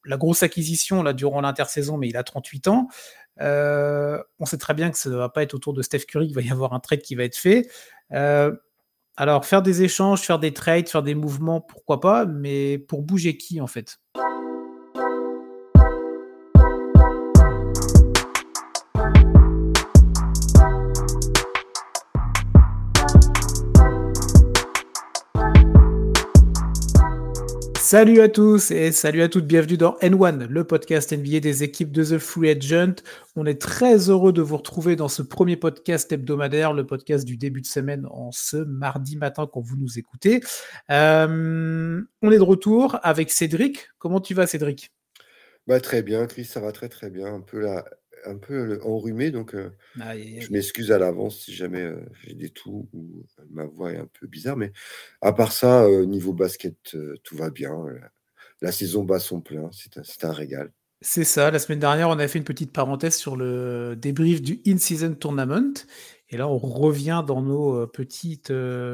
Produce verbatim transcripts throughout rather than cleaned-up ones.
la grosse acquisition là, durant l'intersaison, mais il a trente-huit ans. Euh, on sait très bien que ça ne va pas être autour de Steph Curry qu'il va y avoir un trade qui va être fait. Euh, alors, faire des échanges, faire des trades, faire des mouvements, pourquoi pas, mais pour bouger qui, en fait? Salut à tous et salut à toutes, bienvenue dans N un, le podcast N B A des équipes de The Free Agent. On est très heureux de vous retrouver dans ce premier podcast hebdomadaire, le podcast du début de semaine en ce mardi matin quand vous nous écoutez. Euh, on est de retour avec Cédric. Comment tu vas, Cédric? Bah, très bien, Chris, ça va très très bien. Un peu, là, un peu enrhumé, donc euh, Aïe, je aïe. m'excuse à l'avance si jamais euh, j'ai des toux ou euh, ma voix est un peu bizarre. Mais à part ça, euh, niveau basket, euh, tout va bien. La, la saison bat son plein, c'est un, c'est un régal. C'est ça, la semaine dernière, on a fait une petite parenthèse sur le débrief du In-Season Tournament. Et là, on revient dans nos euh, petites,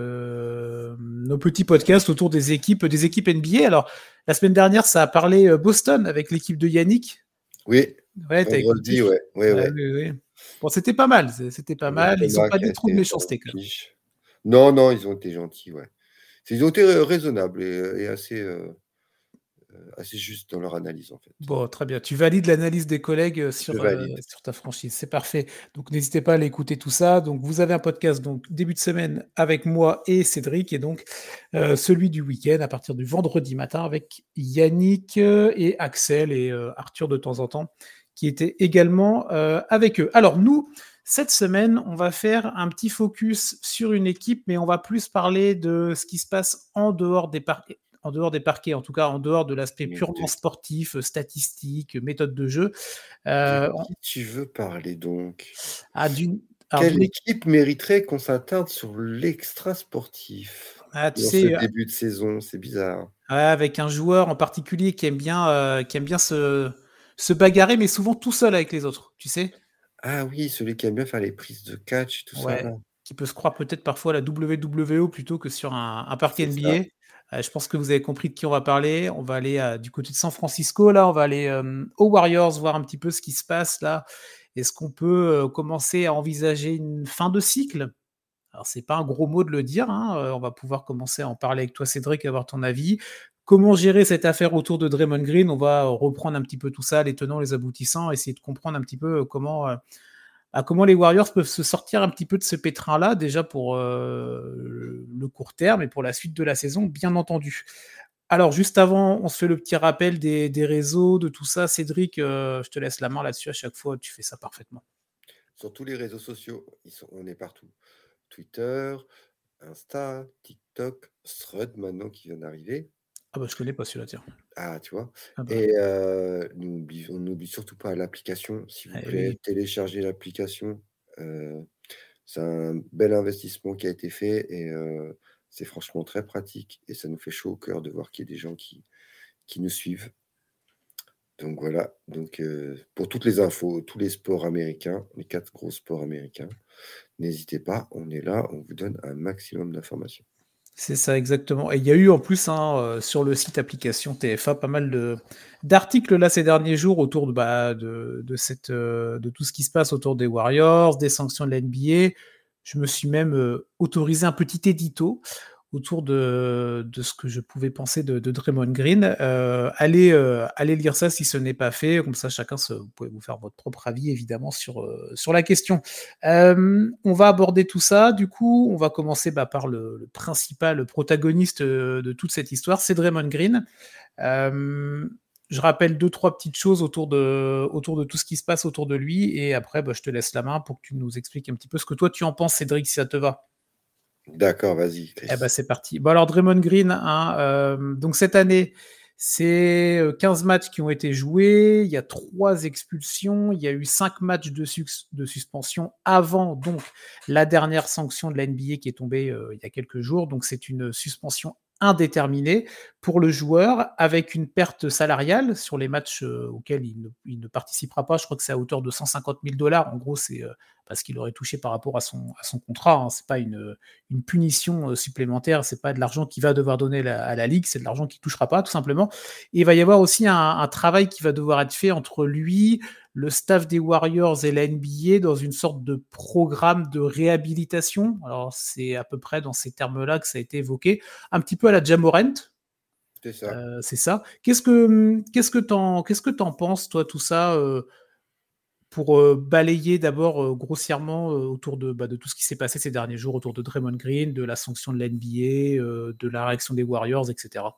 euh, nos petits podcasts autour des équipes, des équipes N B A. Alors, la semaine dernière, ça a parlé euh, Boston avec l'équipe de Yannick. Oui, Ouais, t'as écouté? vendredi, ouais, ouais, Ouais, ouais. oui, oui. Bon, c'était pas mal, c'est- c'était pas Avec mal. Ils ont Thomas pas qui a dit trop de été méchanceté, quand même. rempli. Non, non, ils ont été gentils, ouais. Ils ont été euh, raisonnables et, et assez, euh, euh, assez justes dans leur analyse, en fait. Bon, très bien. Tu valides l'analyse des collègues euh, Je sur, euh, valide. sur ta franchise. C'est parfait. Donc, n'hésitez pas à aller écouter tout ça. Donc, vous avez un podcast donc début de semaine avec moi et Cédric, et donc euh, celui du week-end à partir du vendredi matin avec Yannick euh, et Axel et euh, Arthur de temps en temps, qui étaient également euh, avec eux. Alors, nous, cette semaine, on va faire un petit focus sur une équipe, mais on va plus parler de ce qui se passe en dehors des parquets. En dehors des parquets, en tout cas en dehors de l'aspect purement De, sportif, statistique, méthode de jeu. de Euh, on- qui tu veux parler donc? ah, d'une, alors Quelle d'une équipe, équipe mériterait qu'on s'attarde sur l'extra sportif ah, tu dans ce sais, euh, début de saison? C'est bizarre. ouais, avec un joueur en particulier qui aime bien, euh, qui aime bien se, se bagarrer, mais souvent tout seul avec les autres, tu sais. Ah oui, celui qui aime bien faire les prises de catch, tout ça Ouais, là. qui peut se croire peut-être parfois à la W W O plutôt que sur un, un parquet C'est ça. N B A. Euh, je pense que vous avez compris de qui on va parler. On va aller euh, du côté de San Francisco, là, on va aller euh, aux Warriors, voir un petit peu ce qui se passe là. Est-ce qu'on peut euh, commencer à envisager une fin de cycle? Alors, c'est pas un gros mot de le dire, hein, euh, on va pouvoir commencer à en parler avec toi, Cédric, avoir ton avis. Comment gérer cette affaire autour de Draymond Green? On va euh, reprendre un petit peu tout ça, les tenants, les aboutissants, essayer de comprendre un petit peu euh, comment, euh, à comment les Warriors peuvent se sortir un petit peu de ce pétrin-là, déjà pour euh, le court terme et pour la suite de la saison, bien entendu. Alors, juste avant, on se fait le petit rappel des, des réseaux, de tout ça. Cédric, euh, je te laisse la main là-dessus à chaque fois, tu fais ça parfaitement. Sur tous les réseaux sociaux, ils sont, on est partout. Twitter, Insta, TikTok, Thread maintenant qui vient d'arriver. Ah bah je connais pas celui-là, tiens. Ah, tu vois. Ah bah, Et euh, n'oublie- on n'oublie surtout pas l'application. S'il vous eh plaît, oui. téléchargez l'application. Euh, c'est un bel investissement qui a été fait et euh, c'est franchement très pratique et ça nous fait chaud au cœur de voir qu'il y a des gens qui, qui nous suivent. Donc voilà, donc euh, pour toutes les infos, tous les sports américains, les quatre gros sports américains, n'hésitez pas, on est là, on vous donne un maximum d'informations. C'est ça, exactement. Et il y a eu en plus hein, euh, sur le site application T F A pas mal de d'articles là ces derniers jours autour de, bah, de, de, cette, euh, de tout ce qui se passe autour des Warriors, des sanctions de la N B A. Je me suis même euh, autorisé un petit édito autour de, de ce que je pouvais penser de, de Draymond Green. Euh, allez, euh, allez lire ça si ce n'est pas fait, comme ça chacun se, vous pouvez vous faire votre propre avis évidemment sur, euh, sur la question. Euh, on va aborder tout ça. Du coup, on va commencer bah, par le, le principal protagoniste euh, de toute cette histoire, c'est Draymond Green. Euh, je rappelle deux, trois petites choses autour de, autour de tout ce qui se passe autour de lui, et après, bah, je te laisse la main pour que tu nous expliques un petit peu ce que toi tu en penses, Cédric, si ça te va. D'accord, vas-y, Eh ben, Chris. c'est parti. Bon, alors, Draymond Green, hein, euh, donc cette année, c'est quinze matchs qui ont été joués, il y a trois expulsions, il y a eu cinq matchs de, sus- de suspension avant donc la dernière sanction de la N B A qui est tombée euh, il y a quelques jours. Donc c'est une suspension indéterminée pour le joueur, avec une perte salariale sur les matchs euh, auxquels il ne, il ne participera pas. Je crois que c'est à hauteur de cent cinquante mille dollars. En gros, c'est euh, parce qu'il aurait touché par rapport à son, à son contrat. Hein. C'est pas une, une punition euh, supplémentaire. C'est pas de l'argent qu'il va devoir donner la- à la ligue. C'est de l'argent qu'il touchera pas, tout simplement. Et il va y avoir aussi un, un travail qui va devoir être fait entre lui, le staff des Warriors et la N B A dans une sorte de programme de réhabilitation. Alors, c'est à peu près dans ces termes-là que ça a été évoqué, un petit peu à la Ja Morant. C'est ça. Euh, c'est ça. Qu'est-ce que qu'est-ce que t'en qu'est-ce que t'en penses, toi, tout ça, euh, pour euh, balayer d'abord euh, grossièrement euh, autour de, bah, de tout ce qui s'est passé ces derniers jours autour de Draymond Green, de la sanction de la N B A, euh, de la réaction des Warriors, et cetera.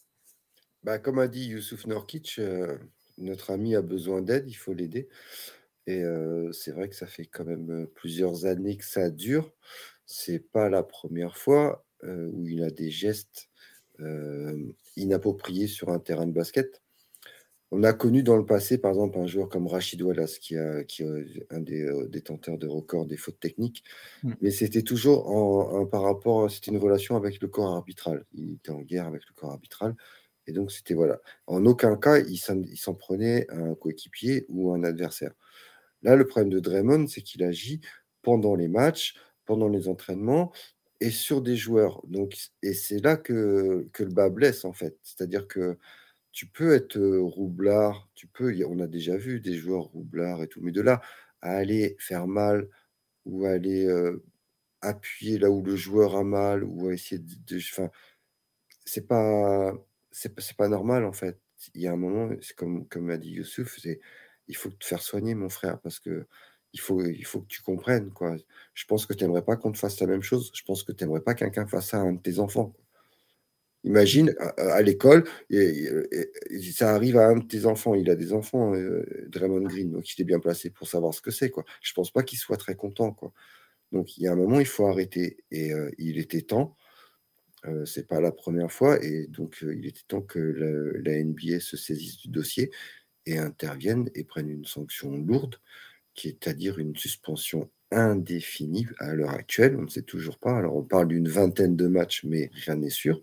Bah, comme a dit Youssouf Nurkic, euh, notre ami a besoin d'aide, il faut l'aider. Et euh, c'est vrai que ça fait quand même euh, plusieurs années que ça dure. C'est pas la première fois euh, où il a des gestes euh, inappropriés sur un terrain de basket. On a connu dans le passé, par exemple, un joueur comme Rachid Wallace, qui, a, qui est un des euh, détenteurs de records des fautes techniques, Mm. mais c'était toujours en, en- par rapport, c'était une relation avec le corps arbitral. Il était en guerre avec le corps arbitral, et donc c'était voilà. En aucun cas, il s'en, il s'en prenait à un coéquipier ou à un adversaire. Là, le problème de Draymond, c'est qu'il agit pendant les matchs, pendant les entraînements et sur des joueurs. Donc, et c'est là que, que le bas blesse, en fait. C'est-à-dire que tu peux être euh, roublard, tu peux, y a- on a déjà vu des joueurs roublards et tout, mais de là à aller faire mal ou aller euh, appuyer là où le joueur a mal ou à essayer de, de- enfin, c'est pas, c'est pas, c'est pas normal en fait. Il y a un moment, c'est comme, comme a dit Youssouf, c'est, il faut te faire soigner, mon frère, parce que il faut, il faut que tu comprennes, quoi. Je pense que tu n'aimerais pas qu'on te fasse la même chose. Je pense que tu n'aimerais pas que quelqu'un fasse ça à un de tes enfants. Imagine à, à l'école, et, et- et ça arrive à un de tes enfants. Il a des enfants, euh, Draymond Green, donc il est bien placé pour savoir ce que c'est, quoi. Je pense pas qu'il soit très content, quoi. Donc il y a un moment, il faut arrêter. Et euh, il était temps. Euh, c'est pas la première fois, et donc euh, il était temps que la, la N B A se saisisse du dossier et intervienne et prenne une sanction lourde, qui est à dire une suspension indéfinie à l'heure actuelle. On ne sait toujours pas. Alors on parle d'une vingtaine de matchs, mais rien n'est sûr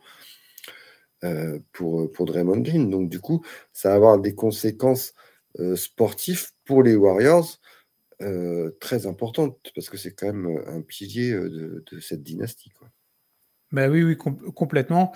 euh, pour, pour Draymond Green. Donc du coup, ça va avoir des conséquences euh, sportives pour les Warriors euh, très importantes, parce que c'est quand même un pilier euh, de, de cette dynastie, quoi. Bah oui, oui, com- complètement.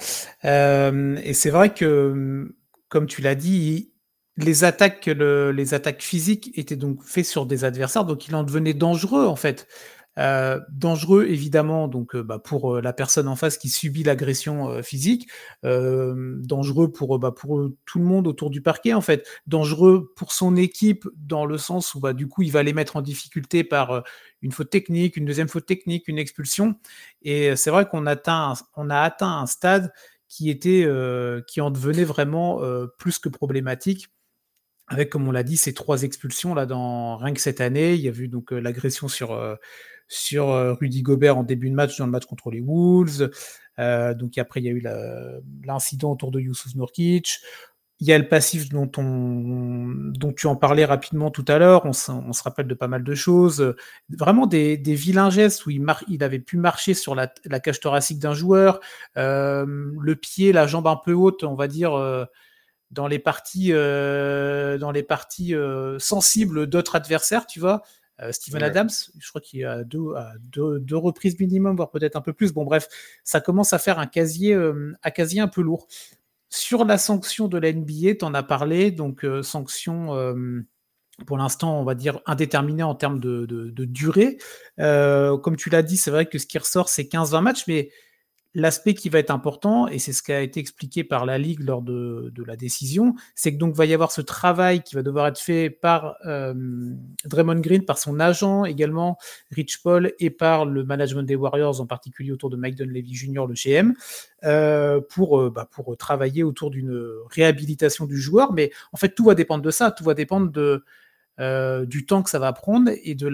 Euh, et c'est vrai que, comme tu l'as dit, les attaques, le- les attaques physiques étaient donc faites sur des adversaires, donc il en devenait dangereux en fait. Euh, dangereux évidemment donc euh, bah, pour euh, la personne en face qui subit l'agression euh, physique, euh, dangereux pour, euh, bah, pour euh, tout le monde autour du parquet en fait, dangereux pour son équipe dans le sens où bah, du coup il va les mettre en difficulté par euh, une faute technique, une deuxième faute technique, une expulsion. Et c'est vrai qu'on atteint, on a atteint un stade qui était, euh, qui en devenait vraiment euh, plus que problématique. Avec, comme on l'a dit, ces trois expulsions là dans rien que cette année, il y a eu donc euh, l'agression sur euh, sur euh, Rudy Gobert en début de match dans le match contre les Wolves. Euh, donc après, il y a eu la- l'incident autour de Yusuf Nurkic. Il y a le passif dont, on, dont tu en parlais rapidement tout à l'heure. On, se- on se rappelle de pas mal de choses. Vraiment des, des vilains gestes où il, mar- il avait pu marcher sur la, la cage thoracique d'un joueur, euh, le pied, la jambe un peu haute, on va dire, euh, dans les parties, euh, dans les parties euh, sensibles d'autres adversaires, tu vois. Euh, Steven Ouais. Adams, je crois qu'il y a deux, à deux, deux reprises minimum, voire peut-être un peu plus. Bon, bref, ça commence à faire un casier, euh, un casier un peu lourd. Sur la sanction de la N B A, tu en as parlé, donc euh, sanction euh, pour l'instant, on va dire indéterminée en termes de, de, de durée. Euh, comme tu l'as dit, c'est vrai que ce qui ressort, c'est quinze vingt matchs, mais l'aspect qui va être important, et c'est ce qui a été expliqué par la Ligue lors de, de la décision, c'est que donc va y avoir ce travail qui va devoir être fait par euh, Draymond Green, par son agent également, Rich Paul, et par le management des Warriors, en particulier autour de Mike Dunleavy junior, le G M, euh, pour, euh, bah, pour travailler autour d'une réhabilitation du joueur. Mais en fait, tout va dépendre de ça, tout va dépendre de euh, du temps que ça va prendre et de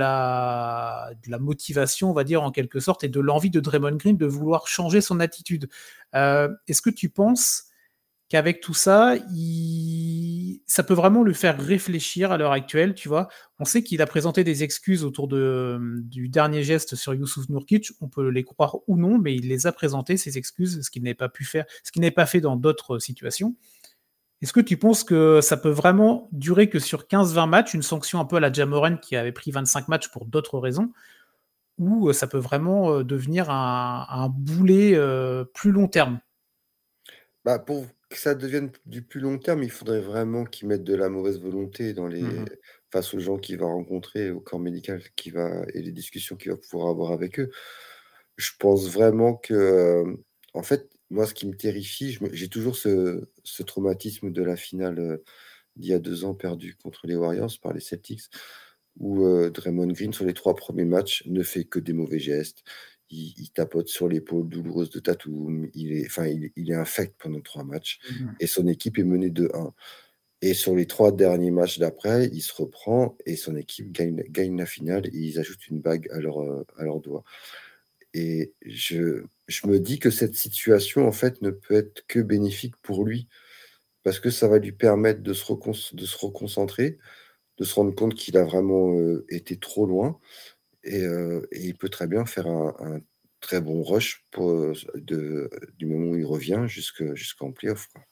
la, de la motivation, on va dire, en quelque sorte, et de l'envie de Draymond Green de vouloir changer son attitude. Euh, est-ce que tu penses qu'avec tout ça, il... ça peut vraiment le faire réfléchir à l'heure actuelle, tu vois? On sait qu'il a présenté des excuses autour de, mmh, du dernier geste sur Youssouf Nourkic. On peut les croire ou non, mais il les a présentées, ces excuses, ce qu'il n'avait pas pu faire ce qu'il n'avait pas fait dans d'autres situations. Est-ce que tu penses que ça peut vraiment durer que sur quinze vingt matchs, une sanction un peu à la Ja Morant qui avait pris vingt-cinq matchs pour d'autres raisons? Ou, heu, ça peut vraiment, heu, devenir un un boulet, heu, plus long terme? Bah, pour que ça devienne p du plus long terme, il faudrait vraiment qu'il mette de la mauvaise volonté dans Mmh les mh. face aux gens qu'il va rencontrer, au corps médical qu'il va et les discussions qu'il va pouvoir avoir avec eux. Je pense vraiment que, hem, en fait, moi, ce qui me terrifie, je me j'ai toujours ce ce traumatisme de la finale, heu, d'il y a deux ans perdue contre les Warriors par les Celtics où, heu, Draymond Green, sur les trois premiers matchs, ne fait que des mauvais gestes. Il il tapote sur l'épaule douloureuse de Tatum, il est enfin, il est il est infect pendant trois matchs Mmh mh. et son équipe est menée deux un et sur les trois derniers matchs d'après, il se reprend et son équipe gagne gagne la finale et ils ajoutent une bague à leur, heu, à leur doigt et je je me dis que cette situation, en fait, ne peut être que bénéfique pour lui parce que ça va lui permettre de se recons de se reconcentrer, de se rendre compte qu'il a vraiment, heu, été trop loin et heu et il peut très bien faire un un très bon rush pour, heu, s de du moment où il revient jusque jusqu'en play-off, quoi.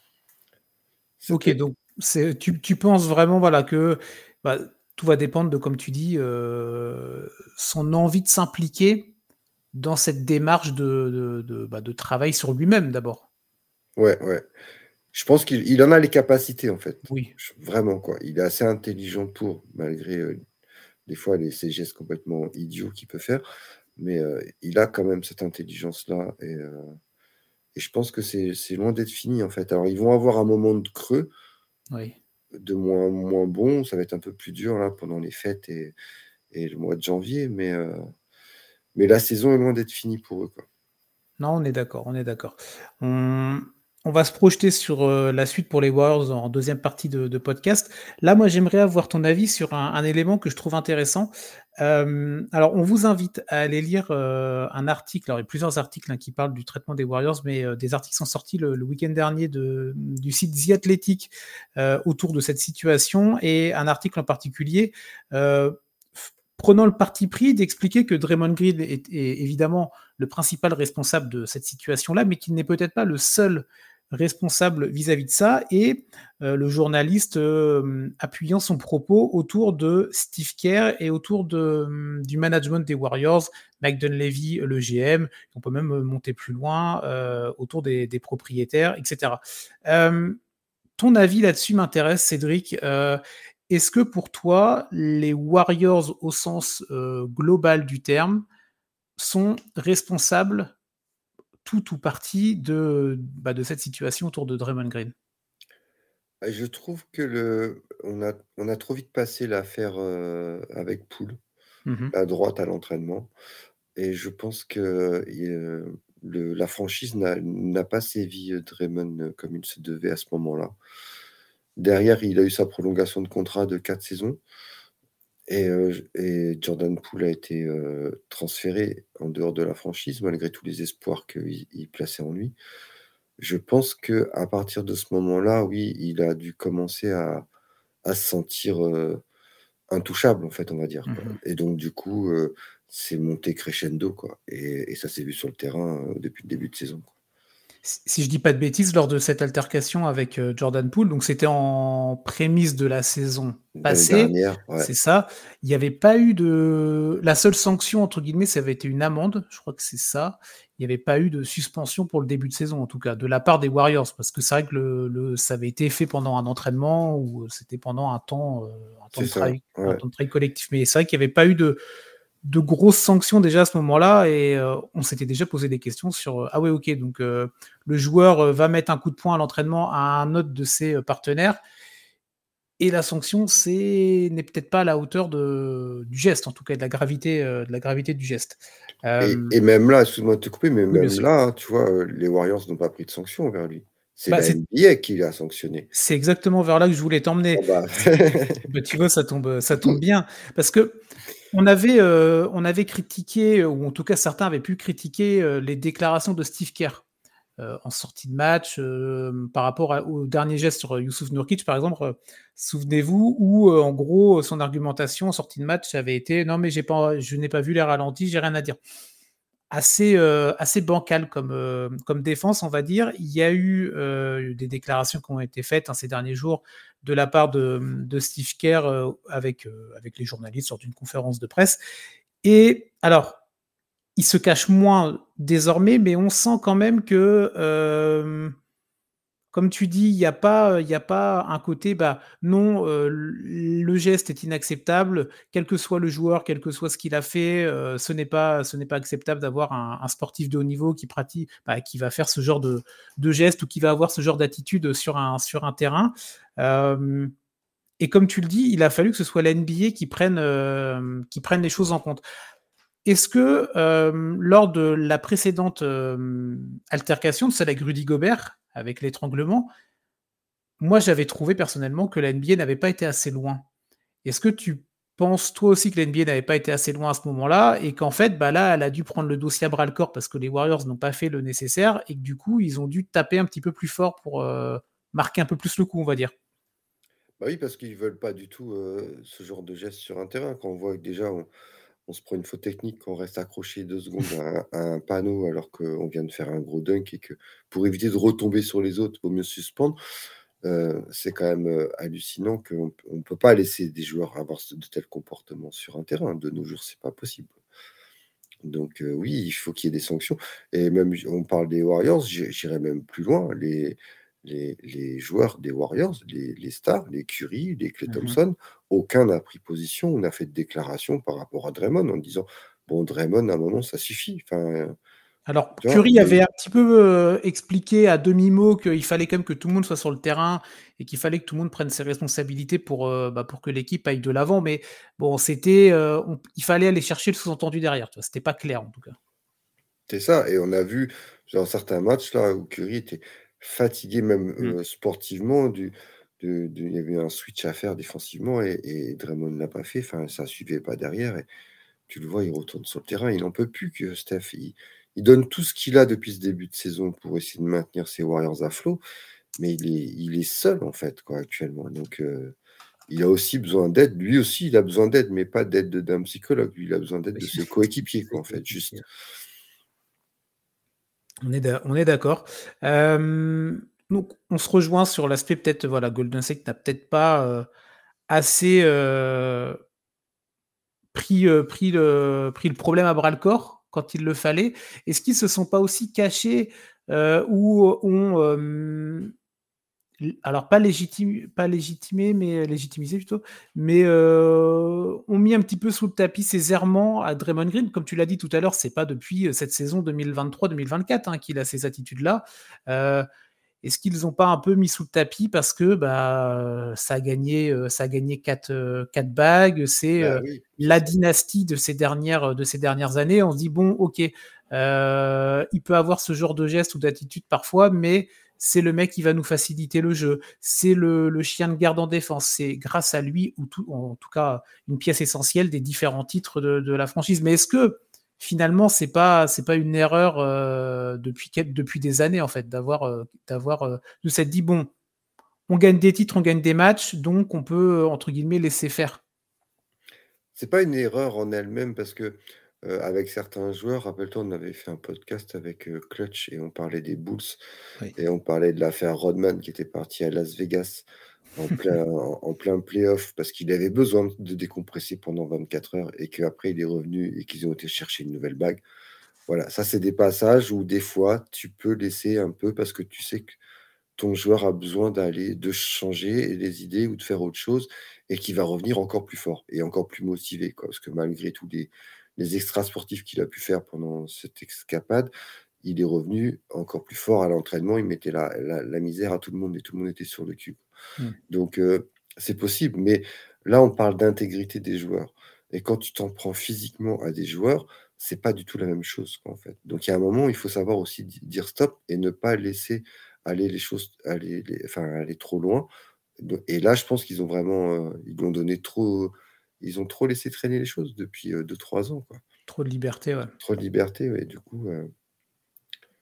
Ça peut OK, être donc c'est tu tu penses vraiment, voilà, que, bah, tout va dépendre de, comme tu dis, heu, son envie de s'impliquer dans cette démarche de de de, bah, de travail sur lui-même d'abord? ouais, ouais. Je pense qu'il il en a les capacités, en fait. Oui. Ch vraiment, quoi. Il est assez intelligent pour, malgré, heu, des fois les ces gestes complètement idiots qu'il peut faire, mais heu, il a quand même cette intelligence-là et heu et je pense que c'est c'est loin d'être fini, en fait. Alors ils vont avoir un moment de creux, Oui. de moins moins bon, ça va être un peu plus dur là pendant les fêtes et et le mois de janvier, mais heu, mais la saison est loin d'être finie pour eux, quoi. Non, on est d'accord, on est d'accord. On on va se projeter sur, heu, la suite pour les Warriors en deuxième partie de de podcast. Là, moi, j'aimerais avoir ton avis sur un un élément que je trouve intéressant. Hem, alors on vous invite à aller lire, heu, un article, alors il y a plusieurs articles, hein, qui parlent du traitement des Warriors, mais heu, des articles sont sortis le le week-end dernier de du site The Athletic, heu, autour de cette situation et un article en particulier, heu, f prenant le parti pris d'expliquer que Draymond Green est est évidemment le principal responsable de cette situation-là, mais qu'il n'est peut-être pas le seul responsable vis-à-vis de ça et heu, le journaliste, hem, appuyant son propos autour de Steve Kerr et autour de, mmh, du management des Warriors, Mike Dunleavy, le G M. On peut même, heu, monter plus loin, heu, autour des des propriétaires et cetera. Hem, ton avis là-dessus m'intéresse, Cédric. Heu, est-ce que pour toi, les Warriors au sens, heu, global du terme, sont responsables, tout ou partie de, bah, de cette situation autour de Draymond Green? Bah, je trouve que le on a on a trop vite passé l'affaire, heu, avec Poole, Mmh mh. à droite à l'entraînement et je pense que, il, heu, le la franchise n'a n'a pas sévi, heu, Draymond, heu, comme il se devait à ce moment-là. Derrière, il a eu sa prolongation de contrat de quatre saisons et heu, j et Jordan Poole a été, heu, transféré en dehors de la franchise malgré tous les espoirs qu'il il plaçait en lui. Je pense qu'à partir de ce moment-là, oui, il a dû commencer à à se sentir, heu, intouchable, en fait, on va dire, Mmh quoi mh. et donc du coup, heu, c'est monté crescendo, quoi et et ça s'est vu sur le terrain, heu, depuis le début de saison, quoi. Si si je dis pas de bêtises, lors de cette altercation avec, heu, Jordan Poole, donc c'était en prémisse de la saison L'année passée, dernière, ouais, c'est ça? Il y avait pas eu de la seule sanction entre guillemets, ça avait été une amende, je crois que c'est ça. Il y avait pas eu de suspension pour le début de saison en tout cas, de la part des Warriors, parce que c'est vrai que le le ça avait été fait pendant un entraînement ou, heu, c'était pendant un temps, heu, un temps c'est de ça, travail un ouais temps de travail collectif. Mais c'est vrai qu'il y avait pas eu de de grosses sanctions déjà à ce moment-là et heu, on s'était déjà posé des questions sur, heu, ah ouais, OK, donc heu, le joueur, heu, va mettre un coup de poing à l'entraînement à un autre de ses, heu, partenaires et la sanction, c'est n'est peut-être pas à la hauteur de du geste, en tout cas de la gravité, heu, de la gravité du geste. et Hem, et même là, excuse-moi de te couper, mais oui, bien même sûr. là, hein, tu vois, heu, les Warriors n'ont pas pris de sanction envers lui. C'est Bah, la c'est N B A qui l'a sanctionné. c'est exactement vers là que je voulais Ah t'emmener. bah Bah, tu vois, ça tombe, ça tombe bien parce qu'on avait, heu, on avait critiqué, ou en tout cas certains avaient pu critiquer, heu, les déclarations de Steve Kerr. euh, en sortie de match, euh, par rapport à, au dernier geste sur Youssouf Nourkic, par exemple, euh, souvenez-vous, où euh, en gros son argumentation en sortie de match avait été non mais j'ai pas, je n'ai pas vu les ralentis, j'ai rien à dire. Assez, euh, assez bancal comme, euh, comme défense, on va dire. Il y a eu euh, des déclarations qui ont été faites hein, ces derniers jours de la part de, de Steve Kerr euh, avec, euh, avec les journalistes lors d'une conférence de presse. Et alors, il se cache moins désormais, mais on sent quand même que, euh, comme tu dis, il n'y a pas, il y a pas un côté, bah non, euh, le geste est inacceptable, quel que soit le joueur, quel que soit ce qu'il a fait, euh, ce n'est pas, ce n'est pas acceptable d'avoir un, un sportif de haut niveau qui pratique, bah, qui va faire ce genre de, de geste ou qui va avoir ce genre d'attitude sur un, sur un terrain. Euh, et comme tu le dis, il a fallu que ce soit la N B A qui prenne, euh, qui prenne les choses en compte. Est-ce que euh, lors de la précédente euh, altercation, de celle avec Rudy Gobert, avec l'étranglement, moi j'avais trouvé personnellement que la N B A n'avait pas été assez loin. Est-ce que tu penses toi aussi que la N B A n'avait pas été assez loin à ce moment-là et qu'en fait, bah là, elle a dû prendre le dossier à bras le corps parce que les Warriors n'ont pas fait le nécessaire et que du coup, ils ont dû taper un petit peu plus fort pour euh, marquer un peu plus le coup, on va dire. Bah oui, parce qu'ils veulent pas du tout euh, ce genre de geste sur un terrain. Quand on voit que déjà on, on se prend une faute technique, qu'on reste accroché deux secondes à, un à un panneau alors qu'on vient de faire un gros dunk et que pour éviter de retomber sur les autres, il vaut mieux se suspendre. Euh, c'est quand même euh, hallucinant qu'on ne peut pas laisser des joueurs avoir ce- de tels comportements sur un terrain. De nos jours, c'est pas possible. Donc euh, oui, il faut qu'il y ait des sanctions. Et même, on parle des Warriors, j'i- j'irais même plus loin. Les, les, les joueurs des Warriors, les, les stars, les Curry, les Klay Mhm. Thompson, aucun n'a pris position, on a fait de déclaration par rapport à Draymond en disant, bon, Draymond, à un moment, ça suffit. Enfin, Alors, tu vois, Curry il y a avait eu... un petit peu euh, expliqué à demi-mot qu'il fallait quand même que tout le monde soit sur le terrain et qu'il fallait que tout le monde prenne ses responsabilités pour, euh, bah, pour que l'équipe aille de l'avant. Mais bon, c'était, euh, on- il fallait aller chercher le sous-entendu derrière. Tu vois, c'était pas clair en tout cas. C'est ça, et on a vu dans certains matchs là où Curry était fatigué même Mm. euh, sportivement, du, de, de- il y avait un switch à faire défensivement et, et Draymond ne l'a pas fait, enfin ça suivait pas derrière et tu le vois, il retourne sur le terrain, il n'en peut plus que Steph, il, il donne tout ce qu'il a depuis ce début de saison pour essayer de maintenir ses Warriors à flot, mais il est, il est seul en fait quoi actuellement, donc euh, il a aussi besoin d'aide, lui aussi il a besoin d'aide, mais pas d'aide de- d'un psychologue, lui il a besoin d'aide Oui. de ses coéquipiers quoi C'est en fait, juste. coéquipier. On est d'a- on est d'accord. Euh, donc, on se rejoint sur l'aspect peut-être, voilà, Golden State n'a peut-être pas euh, assez euh, pris, euh, pris, le, pris le problème à bras le corps quand il le fallait. Est-ce qu'ils se sont pas aussi cachés euh, ou ont euh, alors pas légitime, pas légitimé, mais légitimisé plutôt, mais euh, on mis un petit peu sous le tapis ces errements à Draymond Green, comme tu l'as dit tout à l'heure, c'est pas depuis cette saison deux mille vingt-trois deux mille vingt-quatre hein, qu'il a ces attitudes-là. Euh, Est-ce qu'ils n'ont pas un peu mis sous le tapis parce que bah ça a gagné, euh, ça a gagné quatre, euh, quatre bagues, c'est Bah euh, oui, c'est la ça. dynastie de ces dernières de ces dernières années. On se dit bon, ok, euh, il peut avoir ce genre de geste ou d'attitude parfois, mais c'est le mec qui va nous faciliter le jeu. C'est le, le chien de garde en défense. C'est grâce à lui, ou tout, en tout cas une pièce essentielle des différents titres de, de la franchise. Mais est-ce que finalement c'est pas c'est pas une erreur euh, depuis depuis des années en fait d'avoir euh, d'avoir euh, de s'être dit bon on gagne des titres, on gagne des matchs, donc on peut euh, entre guillemets laisser faire. C'est pas une erreur en elle-même parce que, heu, avec certains joueurs, rappelle-toi, on avait fait un podcast avec, heu, Clutch et on parlait des Bulls Oui. et on parlait de l'affaire Rodman qui était parti à Las Vegas en plein en en plein play-off parce qu'il avait besoin de décompresser pendant vingt-quatre heures et qu'après il est revenu et qu'ils ont été chercher une nouvelle bague. Voilà, ça c'est des passages où des fois tu peux laisser un peu parce que tu sais que ton joueur a besoin d'aller de changer les idées ou de faire autre chose et qui va revenir encore plus fort et encore plus motivé, quoi. Parce que malgré tous les les extras sportifs qu'il a pu faire pendant cette escapade, il est revenu encore plus fort à l'entraînement. Il mettait la la la misère à tout le monde et tout le monde était sur le cul. Mm. Donc heu, c'est possible, mais là, on parle d'intégrité des joueurs et quand tu t'en prends physiquement à des joueurs, c'est pas du tout la même chose, quoi, en fait. Donc il y a un moment, il faut savoir aussi di dire stop et ne pas laisser aller les choses aller les enfin, aller trop loin. De et là, je pense qu'ils ont vraiment, heu, ils lui ont donné trop ils ont trop laissé traîner les choses depuis, heu, deux trois ans, quoi. Trop de liberté, ouais. Trop de liberté, ouais, du coup, heu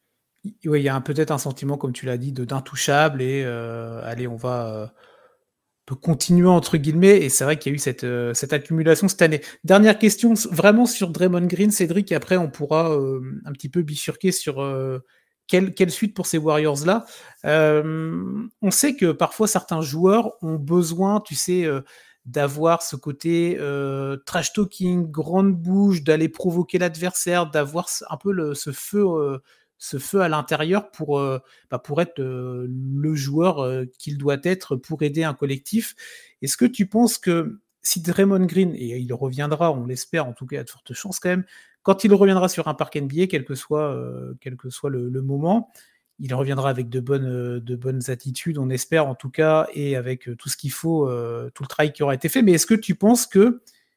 il ouais, il y a un peut-être un sentiment, comme tu l'as dit, de d'intouchable et heu, allez, on va, heu, peut «continuer» entre guillemets et c'est vrai qu'il y a eu cette, heu, cette accumulation cette année. Dernière question s vraiment sur Draymond Green, Cédric, et après on pourra, hem, un petit peu bifurquer sur, heu, quelle quelle suite pour ces Warriors-là? Hem, on sait que parfois certains joueurs ont besoin, tu sais, heu, d'avoir ce côté, heu, trash talking, grande bouche, d'aller provoquer l'adversaire, d'avoir ce un peu le ce feu, heu, ce feu à l'intérieur pour, heu, bah, pour être, heu, le joueur, heu, qu'il doit être pour aider un collectif. Est-ce que tu penses que si Draymond Green, et il reviendra, on l'espère en tout cas, il y a de fortes chances quand même, quand il reviendra sur un parc N B A, quel que soit, heu, quel que soit le le moment, il reviendra avec de bonnes, heu, de bonnes attitudes, on espère en tout cas, et avec, heu, tout ce qu'il faut, heu, tout le travail qui aura été fait. Mais est-ce que tu penses que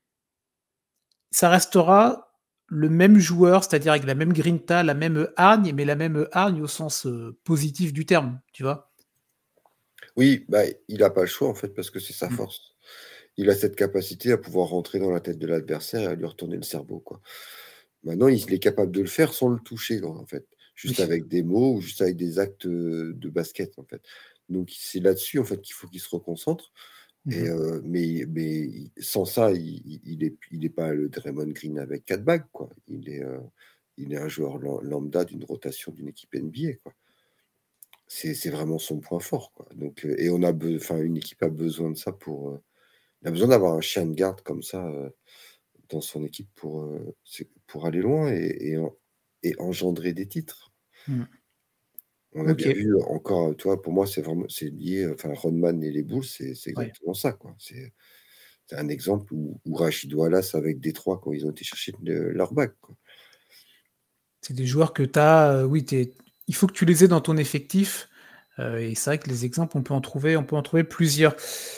ça restera le même joueur, c'est-à-dire avec la même grinta, la même hargne, mais la même hargne au sens, heu, positif du terme, tu vois? Oui, bah, il a pas le choix en fait parce que c'est sa Mmh. force. Il a cette capacité à pouvoir rentrer dans la tête de l'adversaire et à lui retourner le cerveau, quoi. Maintenant, il est capable de le faire sans le toucher, en fait, juste Oui. avec des mots ou juste avec des actes, heu, de basket, en fait. Donc c'est là-dessus, en fait, qu'il faut qu'il se reconcentre Mmh et mh. heu, mais mais il sans ça, il il il est il est pas le Draymond Green avec quatre bagues, quoi. Il est, heu, il est un joueur lam lambda d'une rotation d'une équipe N B A, quoi. C'est c'est vraiment son point fort, quoi. Donc heu et on a be enfin, une équipe a besoin de ça pour, heu, elle a besoin d'avoir un chien de garde comme ça, heu, dans son équipe pour, heu, c'est pour aller loin et et en et engendrer des titres. Mmh. On a bien OK, vu encore, tu vois, pour moi, c'est vraiment c'est lié, enfin, Rodman et les Bulls, c'est c'est ouais. exactement ça, quoi. C'est c'est un exemple où où Rachid Wallace avec Détroit, quand ils ont été chercher le leur bague, quoi. C'est des joueurs que tu as, oui, tu il faut que tu les aies dans ton effectif, heu et c'est vrai que les exemples, on peut en trouver on peut en trouver plusieurs.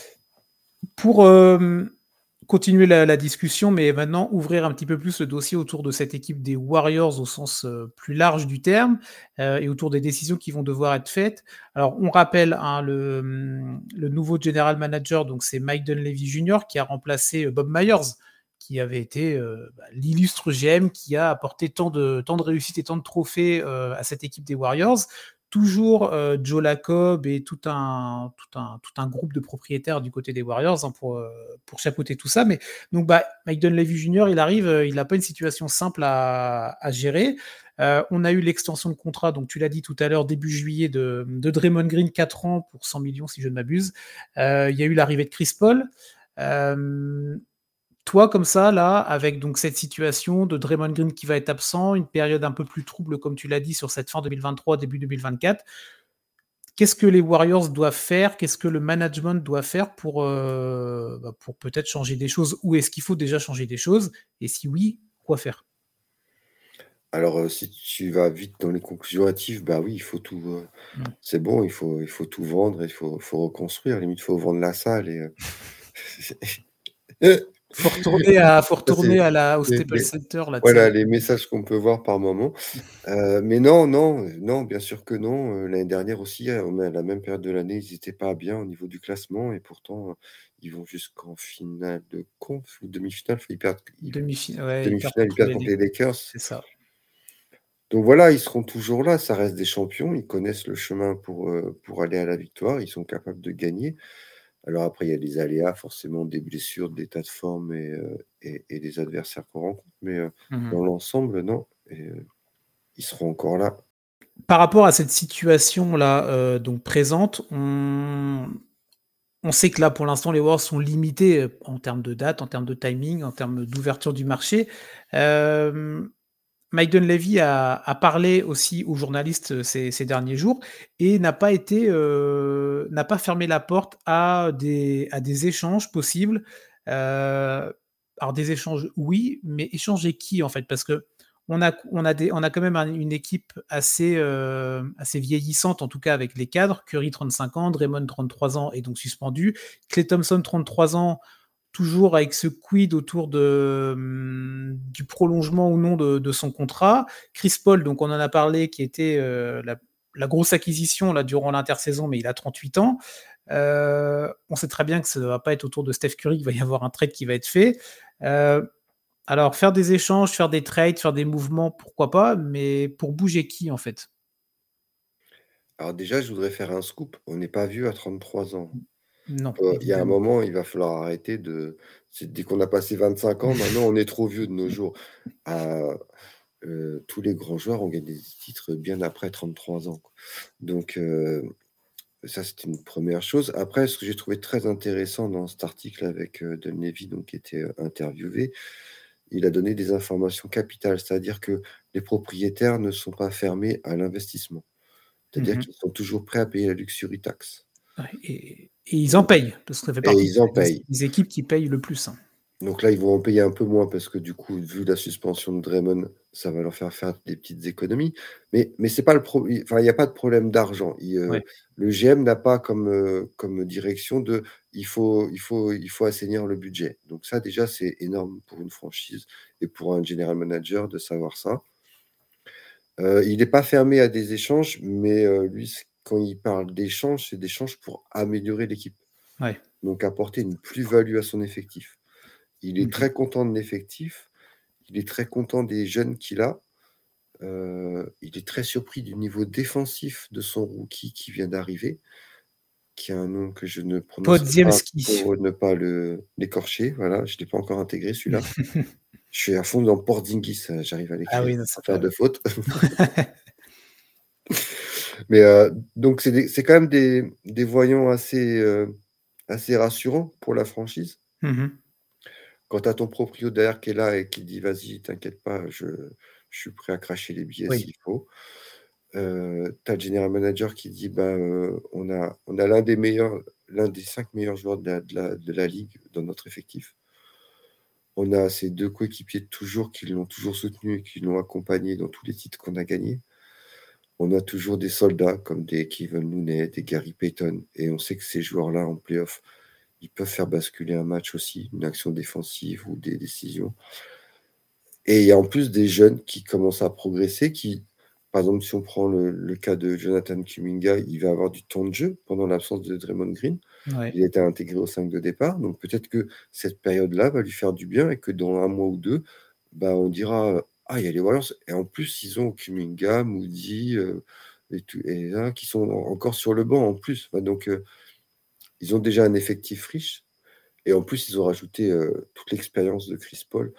Pour, hem, continuer la la discussion, mais maintenant ouvrir un petit peu plus le dossier autour de cette équipe des Warriors au sens, heu, plus large du terme, heu et autour des décisions qui vont devoir être faites. Alors on rappelle, hein, le, mmh, le nouveau general manager, donc c'est Mike Dunleavy junior qui a remplacé, heu, Bob Myers, qui avait été, heu, bah, l'illustre G M qui a apporté tant de tant de réussites et tant de trophées, heu, à cette équipe des Warriors. Toujours, heu, Joe Lacob et tout un tout un tout un groupe de propriétaires du côté des Warriors, hein, pour, heu, pour chapeauter tout ça. Mais donc, bah, Mike Dunleavy junior, il arrive, heu, il n'a pas une situation simple à à gérer. Heu, on a eu l'extension de contrat, donc tu l'as dit tout à l'heure, début juillet de de Draymond Green, quatre ans pour cent millions si je ne m'abuse. Heu, il y a eu l'arrivée de Chris Paul. Hem, Toi, comme ça, là, avec donc cette situation de Draymond Green qui va être absent, une période un peu plus trouble, comme tu l'as dit, sur cette fin deux mille vingt-trois, début deux mille vingt-quatre. Qu'est-ce que les Warriors doivent faire? Qu'est-ce que le management doit faire pour, heu, bah, pour peut-être changer des choses? Ou est-ce qu'il faut déjà changer des choses? Et si oui, quoi faire? Alors, heu, si tu vas vite dans les conclusions hâtives, bah, oui, il faut tout, heu, Mmh. c'est bon, il faut il faut tout vendre, il faut faut reconstruire, limite, il faut vendre la salle et heu Faut retourner à faut ça c'est retourner à la au les Staples les Center là, tu sais, voilà, avec les les messages qu'on peut voir par moment. Heu, mais non, non, heu, non, bien sûr que non, heu, l'année dernière aussi, heu, on est à la même période de l'année, ils étaient pas bien au niveau du classement et pourtant, heu, ils vont jusqu'en finale de conf ou demi-finale, enfin ils perdent ils demi-fi ouais, ils perdent demi-finale, ils contre perdent les contre Lakers, les Lakers. c'est ça. Donc voilà, ils seront toujours là, ça reste des champions, ils connaissent le chemin pour, heu, pour aller à la victoire, ils sont capables de gagner. Alors après, il y a des aléas, forcément des blessures, des tas de formes et heu et et des adversaires qu'on rencontre, mais heu, Mmh mh. dans l'ensemble, non et heu, ils seront encore là. Par rapport à cette situation-là, heu, donc présente, on on sait que là, pour l'instant, les Warriors sont limités, heu, en termes de date, en termes de timing, en termes d'ouverture du marché. Hem Mike Dunleavy a a parlé aussi aux journalistes, heu, ces ces derniers jours et n'a pas été, heu, n'a pas fermé la porte à des à des échanges possibles. Heu, alors des échanges, oui, mais échanger qui, en fait? Parce qu'on a on a des on a quand même un une équipe assez, heu, assez vieillissante, en tout cas avec les cadres. Curry, trente-cinq ans, Draymond, trente-trois ans et donc suspendu. Klay Thompson, trente-trois ans, toujours avec ce quid autour de, mmh, du prolongement ou non de de son contrat. Chris Paul, donc on en a parlé, qui était, heu, la la grosse acquisition là durant l'intersaison, mais il a trente-huit ans. Heu, on sait très bien que ça ne va pas être autour de Steph Curry qu'il va y avoir un trade qui va être fait. Heu, alors faire des échanges, faire des trades, faire des mouvements, pourquoi pas, mais pour bouger qui en fait? Alors déjà, je voudrais faire un scoop. On n'est pas vieux à trente-trois ans. Non, Heu, il y a un évidemment. moment, il va falloir arrêter de c'est dès qu'on a passé vingt-cinq ans, maintenant on est trop vieux de nos jours. Ah, heu, tous les grands joueurs ont gagné des titres bien après trente-trois ans, quoi. Donc heu, ça, c'était une première chose. Après, ce que j'ai trouvé très intéressant dans cet article avec, heu, Dunleavy, donc qui était, heu, interviewé, il a donné des informations capitales. C'est-à-dire que les propriétaires ne sont pas fermés à l'investissement. C'est-à-dire Mmh. qu'ils sont toujours prêts à payer la luxury tax. Ouais, et et ils en payent, parce que ça fait Et partie ils en des payent. des équipes qui payent le plus, hein. Donc là, ils vont en payer un peu moins parce que du coup, vu la suspension de Draymond, ça va leur faire faire des petites économies. Mais mais c'est pas le pro i enfin, il y a pas de problème d'argent. Il, heu, Ouais. le G M n'a pas comme, heu, comme direction de: «Il faut il faut il faut assainir le budget». Donc ça, déjà, c'est énorme pour une franchise et pour un general manager de savoir ça. Heu, il est pas fermé à des échanges, mais heu, lui, c quand il parle d'échanges, c'est d'échanges pour améliorer l'équipe, Ouais. donc apporter une plus-value à son effectif. Il est Mmh. très content de l'effectif, il est très content des jeunes qu'il a, heu, il est très surpris du niveau défensif de son rookie qui vient d'arriver, qui a un nom que je ne prononcerai pas Podziemski. pour ne pas le l'écorcher, voilà, je l'ai pas encore intégré celui-là. Je suis à fond dans Porzingis, heu, j'arrive à Ah l'écrire oui, non, sans c'est faire pas de faute. Mais heu, donc c'est des c'est quand même des des voyants assez, heu, assez rassurants pour la franchise. Mmh. Quand tu as ton proprio derrière qui est là et qui dit: «Vas-y, t'inquiète pas, je je suis prêt à cracher les billets Oui. s'il faut». Heu, tu as le general manager qui dit: «Bah, heu, on a on a l'un des meilleurs l'un des cinq meilleurs joueurs de la de la de la ligue dans notre effectif. On a ces deux coéquipiers de toujours qui l'ont toujours soutenu et qui l'ont accompagné dans tous les titres qu'on a gagnés. On a toujours des soldats comme des Kevin Looney, des Gary Payton et on sait que ces joueurs-là en playoff, ils peuvent faire basculer un match aussi, une action défensive ou des décisions». Et il y a en plus des jeunes qui commencent à progresser, qui par exemple, si on prend le le cas de Jonathan Kuminga, il va avoir du temps de jeu pendant l'absence de Draymond Green. Ouais. Il a été intégré au cinq de départ, donc peut-être que cette période-là va lui faire du bien et que dans un mois ou deux, bah, on dira, heu: «Ah, il y a les Warriors» et en plus, ils ont Kuminga, Moody, heu et tout et là, qui sont en encore sur le banc en plus. Bah, donc heu, ils ont déjà un effectif riche et en plus, ils ont rajouté, heu, toute l'expérience de Chris Paul.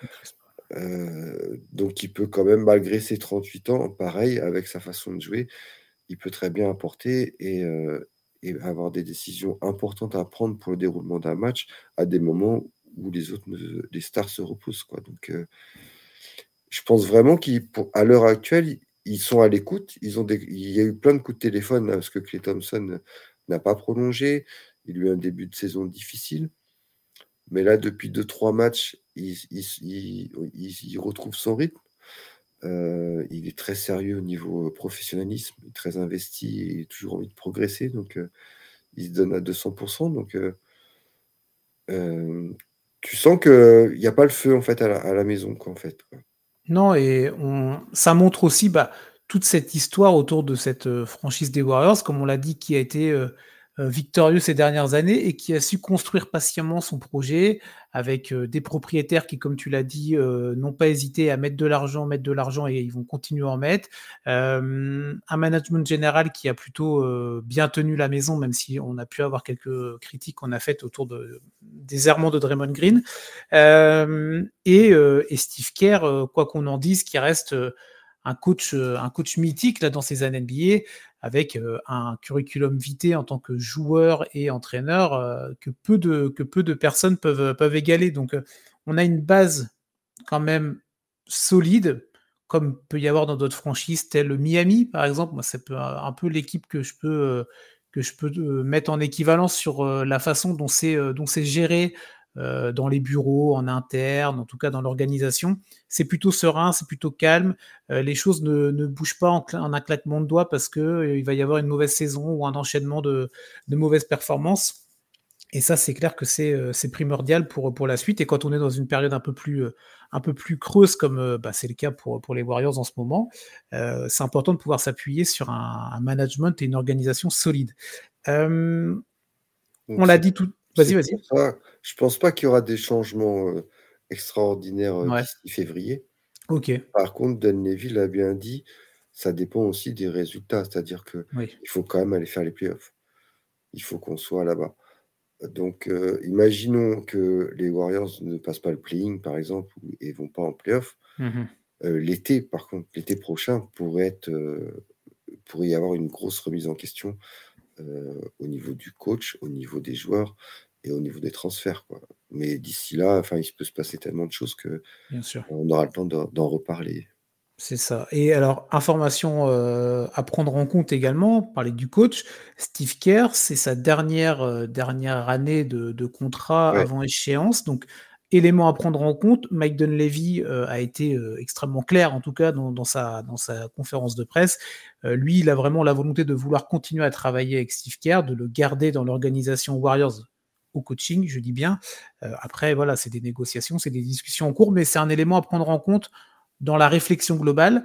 Heu, donc il peut quand même, malgré ses trente-huit ans, pareil, avec sa façon de jouer, il peut très bien apporter et heu et avoir des décisions importantes à prendre pour le déroulement d'un match, à des moments où les autres ne les stars se reposent, quoi. Donc heu, je pense vraiment qu'ils pour à l'heure actuelle, ils ils sont à l'écoute. Ils ont des il y a eu plein de coups de téléphone, là, parce que Klay Thompson n'a pas prolongé. Il a eu un début de saison difficile. Mais là, depuis deux trois matchs, il il s il il il retrouve son rythme. Heu, il est très sérieux au niveau, heu, professionnalisme, très investi et toujours envie de progresser donc heu, il se donne à deux cents donc heu, hem, tu sens qu'il y a pas le feu, en fait, à la à la maison, quoi, en fait, quoi. Non, et on ça montre aussi, bah, toute cette histoire autour de cette, heu, franchise des Warriors, comme on l'a dit, qui a été, heu heu, victorieux ces dernières années et qui a su construire patiemment son projet avec, heu, des propriétaires qui, comme tu l'as dit, heu, n'ont pas hésité à mettre de l'argent, mettre de l'argent et ils vont continuer à en mettre. Hem, un management général qui a plutôt, heu, bien tenu la maison, même si on a pu avoir quelques critiques qu'on a faites autour de des errements de Draymond Green. Hem et heu et Steve Kerr, heu, quoi qu'on en dise, qui reste, heu, un coach, heu, un coach mythique là dans ces années N B A avec, heu, un curriculum vitae en tant que joueur et entraîneur, heu, que peu de que peu de personnes peuvent, peuvent égaler. Donc, heu, on a une base quand même solide, comme peut y avoir dans d'autres franchises telles Miami, par exemple. Moi, c'est peu un peu l'équipe que je peux, heu, que je peux, heu, mettre en équivalence sur, heu, la façon dont c'est, heu, dont c'est géré, heu, dans les bureaux, en interne, en tout cas dans l'organisation. C'est plutôt serein, c'est plutôt calme, heu, les choses ne ne bougent pas en cla en un claquement de doigts parce que, heu, il va y avoir une mauvaise saison ou un enchaînement de de mauvaises performances. Et ça, c'est clair que c'est, heu, c'est primordial pour, pour la suite et quand on est dans une période un peu plus, heu, un peu plus creuse comme, heu, bah, c'est le cas pour, pour les Warriors en ce moment, heu, c'est important de pouvoir s'appuyer sur un un management et une organisation solide. Hem, on Donc l'a c'est dit tout vas-y, c'est pour vas-y. ça, je pense pas qu'il y aura des changements, heu, extraordinaires, heu, Ouais, d'ici février. OK. Par contre, Dunleavy l'a bien dit, ça dépend aussi des résultats. C'est-à-dire qu'il Oui. faut quand même aller faire les playoffs. Il faut qu'on soit là-bas. Donc, heu, imaginons que les Warriors ne passent pas le play-in, par exemple, ou et vont pas en playoff. Mmh. Heu, l'été, par contre, l'été prochain pourrait être, heu, pourrait y avoir une grosse remise en question, heu, au niveau du coach, au niveau des joueurs et au niveau des transferts, quoi. Mais d'ici là, enfin, il peut se passer tellement de choses Bien sûr. qu'on aura le temps d'en d'en reparler. C'est ça. Et alors, information, heu, à prendre en compte également, parler du coach, Steve Kerr, c'est sa dernière, heu, dernière année de de contrat Ouais, avant échéance, donc élément à prendre en compte. Mike Dunleavy, heu, a été, heu, extrêmement clair, en tout cas dans dans sa dans sa conférence de presse. Heu, lui, il a vraiment la volonté de vouloir continuer à travailler avec Steve Kerr, de le garder dans l'organisation Warriors au coaching, je dis bien. Heu, après voilà, c'est des négociations, c'est des discussions en cours, mais c'est un élément à prendre en compte dans la réflexion globale.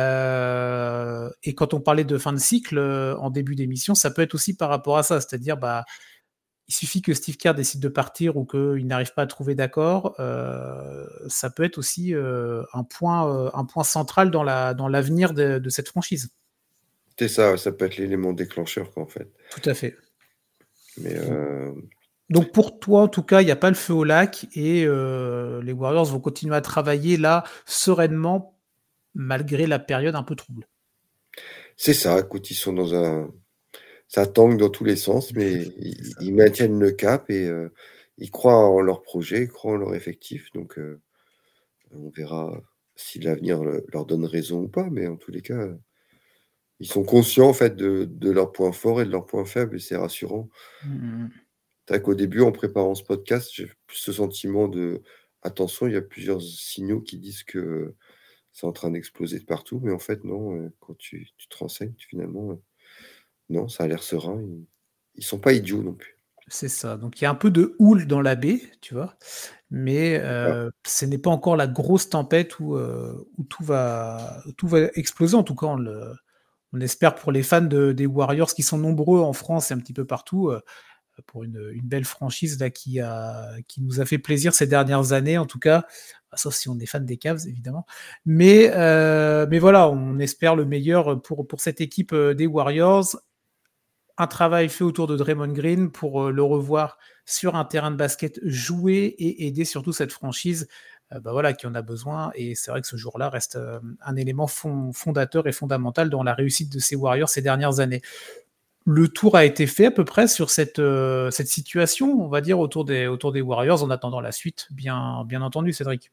Heu et quand on parlait de fin de cycle, heu, en début d'émission, ça peut être aussi par rapport à ça. C'est-à-dire, bah, il suffit que Steve Kerr décide de partir ou qu'il n'arrive pas à trouver d'accord, heu, ça peut être aussi, heu, un point, heu, un point central dans la dans l'avenir de de cette franchise. c'est ça, ouais, ça peut être l'élément déclencheur, quoi, en fait. Tout à fait. Mais, Donc heu, donc pour toi, en tout cas, il n'y a pas le feu au lac et heu, les Warriors vont continuer à travailler là, sereinement, malgré la période un peu trouble. c'est ça, écoute, ils sont dans un ça tangue dans tous les sens, mais C'est ils ça. ils maintiennent le cap et heu, ils croient en leur projet, ils croient en leur effectif, donc heu, on verra si l'avenir le leur donne raison ou pas, mais en tous les cas, heu, ils sont conscients, en fait, de de leurs points forts et de leurs points faibles et c'est rassurant. Mmh mh mh. C'est vrai qu'au début, en préparant ce podcast, j'ai plus ce sentiment de: «Attention, il y a plusieurs signaux qui disent que c'est en train d'exploser de partout», mais en fait non, heu, quand tu tu te renseignes, finalement, heu, non, ça a l'air serein, ils ils sont pas idiots non plus. C'est ça, donc il y a un peu de houle dans la baie, tu vois? Mais C'est ça. heu, ce n'est pas encore la grosse tempête où, heu, où tout va tout va exploser. En tout cas, on le on espère pour les fans de des Warriors qui sont nombreux en France et un petit peu partout, heu, pour une, une belle franchise là qui a qui nous a fait plaisir ces dernières années en tout cas, bah, sauf si on est fan des Cavs évidemment. Mais heu, mais voilà, on espère le meilleur pour pour cette équipe, heu, des Warriors. Un travail fait autour de Draymond Green pour, heu, le revoir sur un terrain de basket jouer et aider surtout cette franchise, heu, bah, voilà, qui en a besoin et c'est vrai que ce jour-là reste, hem, un élément fon fondateur et fondamental dans la réussite de ces Warriors ces dernières années. Le tour a été fait à peu près sur cette, heu, cette situation, on va dire autour des autour des Warriors en attendant la suite, bien bien entendu, Cédric.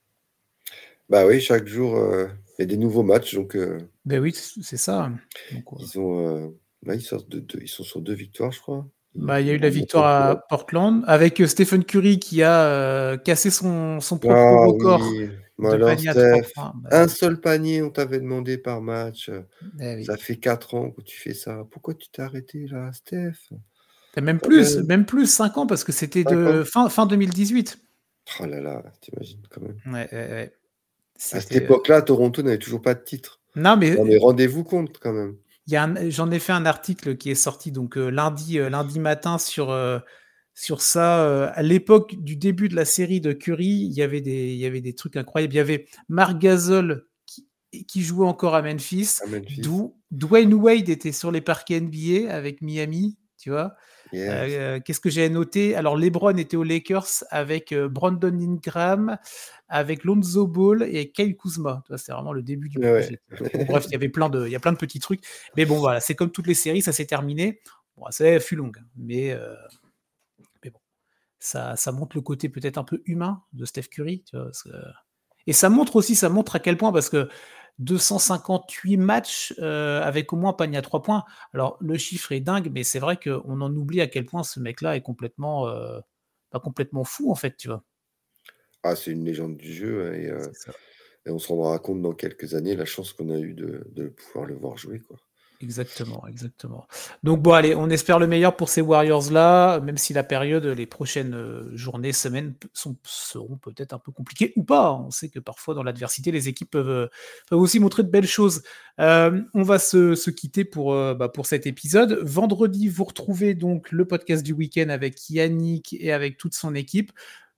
Bah oui, chaque jour, heu, il y a des nouveaux matchs donc heu, Beh, oui, c c'est ça, donc heu ils ont, heu, là, ils sortent de deux ils sont sur deux victoires, je crois. Ils bah, il y a eu ils la vont remonter un peu victoire là. à Portland avec, heu, Stephen Curry qui a, heu, cassé son son propre Ah record oui, mais de alors panier à trois Steph, points. Bah, un oui, seul panier, on t'avait demandé par match, heu, eh ça oui. fait quatre ans que tu fais ça. Pourquoi tu t'es arrêté là, Steph? Tu même Quand plus, même, même plus cinq ans parce que c'était cinq ans? de fin fin deux mille dix-huit. Oh là là, tu imagines quand même. Ouais, ouais, ouais. À cette C'était, heu époque-là, Toronto n'avait toujours pas de titre. non mais, Non mais rendez-vous compte quand même. il y a un j'en ai fait un article qui est sorti donc, heu, lundi, heu, lundi matin sur, heu, sur ça, heu, à l'époque du début de la série de Curry, il y avait des il y avait des trucs incroyables. Il y avait Marc Gasol qui qui jouait encore à Memphis, À Memphis. Dw Dwayne Wade était sur les parquets N B A avec Miami, tu vois? Yes. Heu, qu'est-ce que j'avais noté? Alors LeBron était aux Lakers avec, heu, Brandon Ingram, avec Lonzo Ball et Kyle Kuzma. Tu vois? C'est vraiment le début du Ouais, ouais. projet, tu vois? Bon bref, il y avait plein de il y a plein de petits trucs, mais bon voilà, c'est comme toutes les séries, ça s'est terminé. Bon, ça fut longue, hein, mais heu, mais bon, ça ça montre le côté peut-être un peu humain de Steph Curry, tu vois? Parce que et ça montre aussi, ça montre à quel point parce que deux cent cinquante-huit matchs, heu, avec au moins un panier à trois points. Alors le chiffre est dingue, mais c'est vrai qu'on en oublie à quel point ce mec-là est complètement, heu, bah, complètement fou en fait, tu vois? Ah, c'est une légende du jeu et heu C'est ça. et on se rendra compte dans quelques années la chance qu'on a eu de de pouvoir le voir jouer, quoi. Exactement, exactement. Donc bon, allez, on espère le meilleur pour ces Warriors-là, même si la période, les prochaines, heu, journées, semaines p sont seront peut-être un peu compliquées ou pas, hein. On sait que parfois dans l'adversité, les équipes peuvent, heu, peuvent aussi montrer de belles choses. Hem, on va se se quitter pour, heu, bah, pour cet épisode. Vendredi, vous retrouvez donc le podcast du week-end avec Yannick et avec toute son équipe.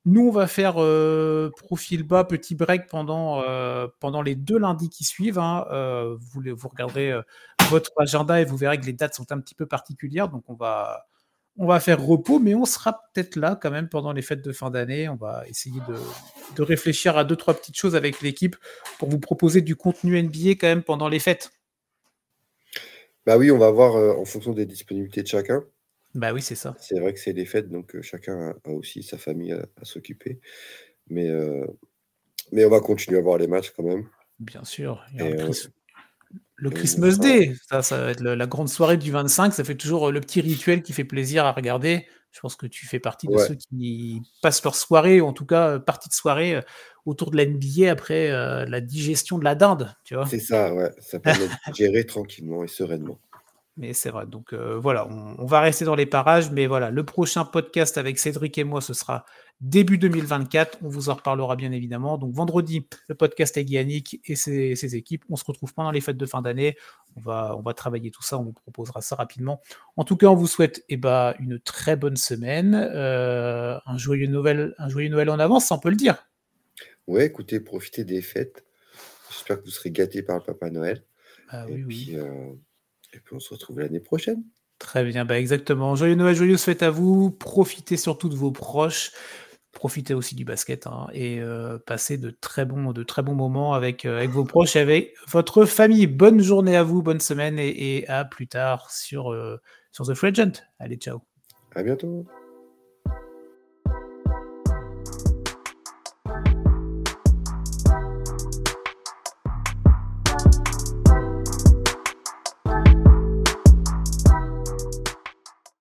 Nous, on va faire euh, profil bas, petit break pendant, euh, pendant les deux lundis qui suivent. Hein. Euh, vous, les- vous regarderez euh, votre agenda et vous verrez que les dates sont un petit peu particulières. Donc, on va, on va faire repos, mais on sera peut-être là quand même pendant les fêtes de fin d'année. On va essayer de, de réfléchir à deux, trois petites choses avec l'équipe pour vous proposer du contenu N B A quand même pendant les fêtes. Bah oui, on va voir euh, en fonction des disponibilités de chacun. Bah oui, c'est ça. C'est vrai que c'est les fêtes, donc euh, chacun a, a aussi sa famille à, à s'occuper. Mais, euh, mais on va continuer à voir les matchs quand même. Bien sûr. Il y a Et, un euh, Chris- le et on vous Christmas fera. Day, ça, ça va être le- la grande soirée du vingt-cinq. Ça fait toujours euh, le petit rituel qui fait plaisir à regarder. Je pense que tu fais partie de Ouais, ceux qui passent leur soirée, ou en tout cas euh, partie de soirée, euh, autour de la N B A après euh, la digestion de la dinde, tu vois. c'est ça, ouais. Ça permet de gérer tranquillement et sereinement. Mais c'est vrai. Donc euh, voilà, on, on va rester dans les parages. Mais voilà, le prochain podcast avec Cédric et moi, ce sera début deux mille vingt-quatre. On vous en reparlera bien évidemment. Donc vendredi, le podcast avec Yannick et ses, ses équipes. On se retrouve pendant les fêtes de fin d'année. On va, on va travailler tout ça. On vous proposera ça rapidement. En tout cas, on vous souhaite eh ben, une très bonne semaine. Euh, un, joyeux Noël, un joyeux Noël en avance, ça, on peut le dire. Ouais, écoutez, profitez des fêtes. J'espère que vous serez gâtés par le Papa Noël. Ah Et oui, oui. puis, euh, et puis on se retrouve l'année prochaine. Très bien, bah exactement. Joyeux Noël, joyeuses fêtes à vous. Profitez surtout de vos proches. Profitez aussi du basket hein, et euh, passez de très bons, de très bons moments avec, euh, avec vos proches et avec votre famille. Bonne journée à vous, bonne semaine et, et à plus tard sur, euh, sur The Free Agent. Allez, ciao. À bientôt.